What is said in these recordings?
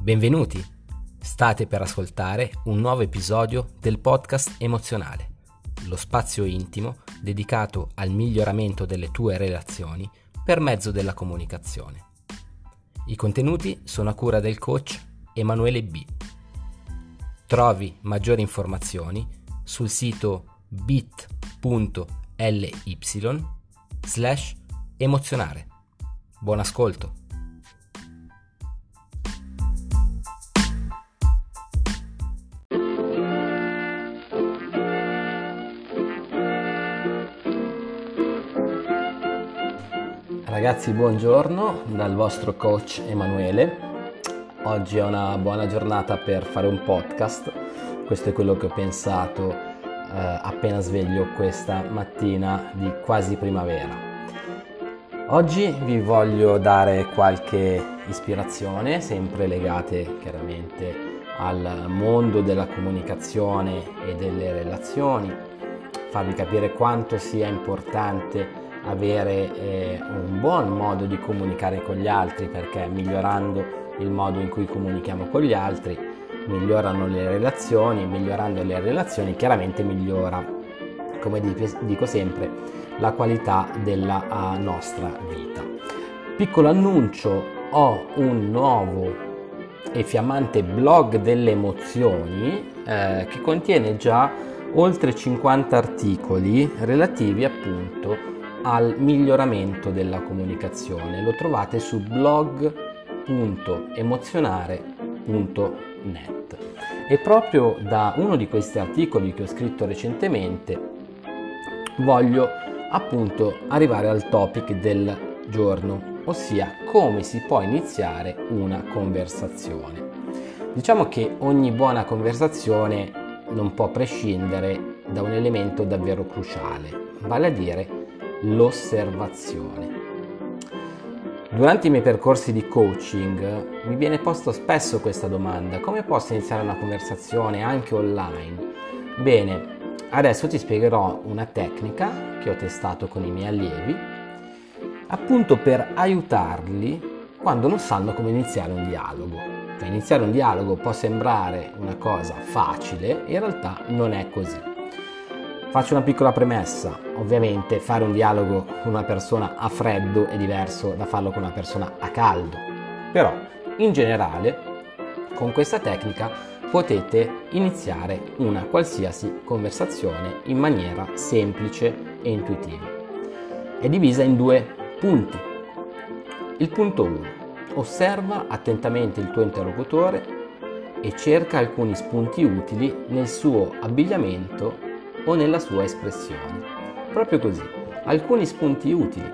Benvenuti! State per ascoltare un nuovo episodio del podcast Emozionale, lo spazio intimo dedicato al miglioramento delle tue relazioni per mezzo della comunicazione. I contenuti sono a cura del coach Emanuele B. Trovi maggiori informazioni sul sito bit.ly/emozionare. Buon ascolto! Ragazzi, buongiorno dal vostro coach Emanuele. Oggi è una buona giornata per fare un podcast. Questo è quello che ho pensato appena sveglio questa mattina di quasi primavera. Oggi vi voglio dare qualche ispirazione, sempre legate chiaramente al mondo della comunicazione e delle relazioni, farvi capire quanto sia importante avere un buon modo di comunicare con gli altri, perché migliorando il modo in cui comunichiamo con gli altri migliorano le relazioni, migliorando le relazioni chiaramente migliora, come dico sempre, la qualità della nostra vita. Piccolo annuncio: ho un nuovo e fiammante blog delle emozioni che contiene già oltre 50 articoli relativi appunto al miglioramento della comunicazione. Lo trovate su blog.emozionare.net e proprio da uno di questi articoli che ho scritto recentemente voglio appunto arrivare al topic del giorno, ossia come si può iniziare una conversazione. Diciamo che ogni buona conversazione non può prescindere da un elemento davvero cruciale, vale a dire l'osservazione. Durante i miei percorsi di coaching mi viene posto spesso questa domanda: come posso iniziare una conversazione anche online? Bene, adesso ti spiegherò una tecnica che ho testato con i miei allievi, appunto per aiutarli quando non sanno come iniziare un dialogo. Cioè, iniziare un dialogo può sembrare una cosa facile, in realtà non è così. Faccio una piccola premessa: ovviamente fare un dialogo con una persona a freddo è diverso da farlo con una persona a caldo, però in generale con questa tecnica potete iniziare una qualsiasi conversazione in maniera semplice e intuitiva. È divisa in due punti. Il punto 1: osserva attentamente il tuo interlocutore e cerca alcuni spunti utili nel suo abbigliamento o nella sua espressione. Proprio così, alcuni spunti utili.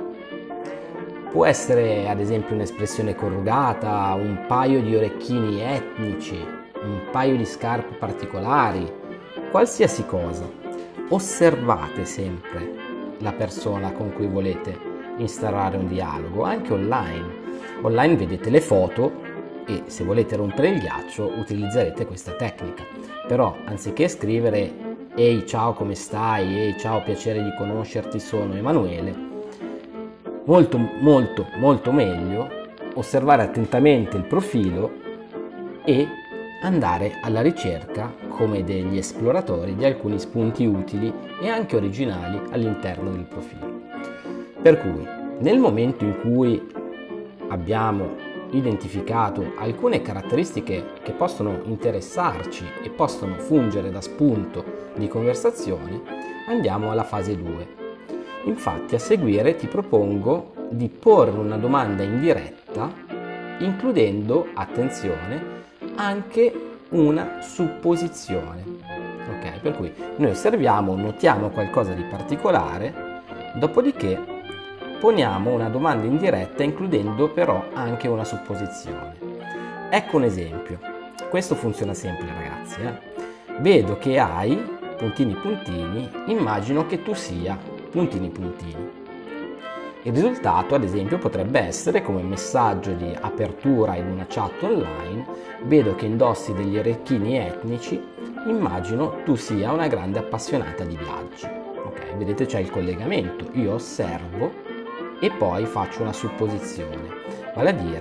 Può essere ad esempio un'espressione corrugata, un paio di orecchini etnici, un paio di scarpe particolari, qualsiasi cosa. Osservate sempre la persona con cui volete instaurare un dialogo, anche online. Online vedete le foto e se volete rompere il ghiaccio utilizzerete questa tecnica. Però anziché scrivere "Ehi, ciao, come stai? Ehi, ciao, piacere di conoscerti, sono Emanuele", molto meglio osservare attentamente il profilo e andare alla ricerca, come degli esploratori, di alcuni spunti utili e anche originali all'interno del profilo. Per cui, nel momento in cui abbiamo identificato alcune caratteristiche che possono interessarci e possono fungere da spunto di conversazione, andiamo alla fase 2. Infatti, a seguire ti propongo di porre una domanda in diretta, includendo, attenzione, anche una supposizione. Ok? Per cui noi osserviamo, notiamo qualcosa di particolare, dopodiché poniamo una domanda in diretta includendo però anche una supposizione. Ecco un esempio. Questo funziona sempre, ragazzi. Vedo che hai puntini puntini, immagino che tu sia puntini puntini. Il risultato, ad esempio, potrebbe essere come messaggio di apertura in una chat online: vedo che indossi degli orecchini etnici, immagino tu sia una grande appassionata di viaggi. Ok, vedete, c'è il collegamento. Io osservo e poi faccio una supposizione, vale a dire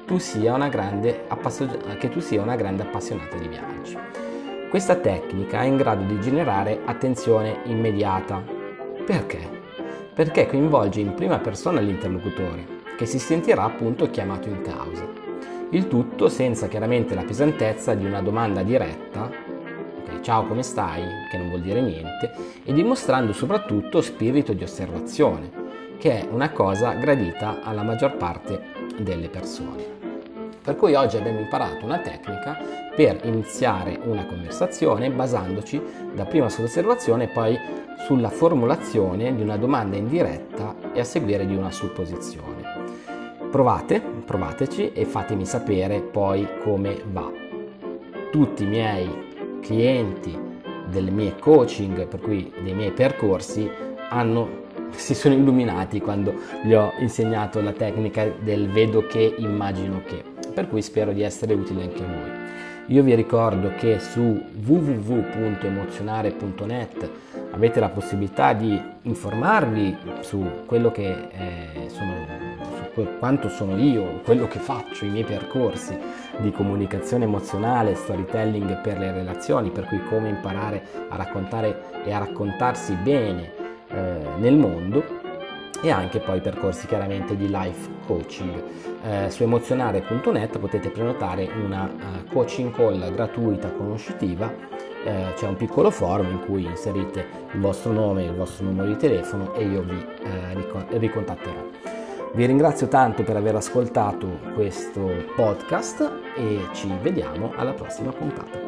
tu sia una grande appassionata di viaggi. Questa tecnica è in grado di generare attenzione immediata. Perché? Perché coinvolge in prima persona l'interlocutore, che si sentirà appunto chiamato in causa. Il tutto senza chiaramente la pesantezza di una domanda diretta, okay, ciao come stai, che non vuol dire niente, e dimostrando soprattutto spirito di osservazione, che è una cosa gradita alla maggior parte delle persone. Per cui oggi abbiamo imparato una tecnica per iniziare una conversazione basandoci dapprima sull'osservazione e poi sulla formulazione di una domanda indiretta e a seguire di una supposizione. Provateci e fatemi sapere poi come va. Tutti i miei clienti delle mie coaching, per cui dei miei percorsi, si sono illuminati quando gli ho insegnato la tecnica del vedo che, immagino che, per cui spero di essere utile anche a voi. Io vi ricordo che su www.emozionare.net avete la possibilità di informarvi su quello che quanto sono io, quello che faccio, i miei percorsi di comunicazione emozionale, storytelling per le relazioni, per cui come imparare a raccontare e a raccontarsi bene nel mondo, e anche poi percorsi chiaramente di life coaching. Su emozionare.net potete prenotare una coaching call gratuita conoscitiva. C'è un piccolo forum in cui inserite il vostro nome e il vostro numero di telefono e io vi ricontatterò. Vi ringrazio tanto per aver ascoltato questo podcast e ci vediamo alla prossima puntata.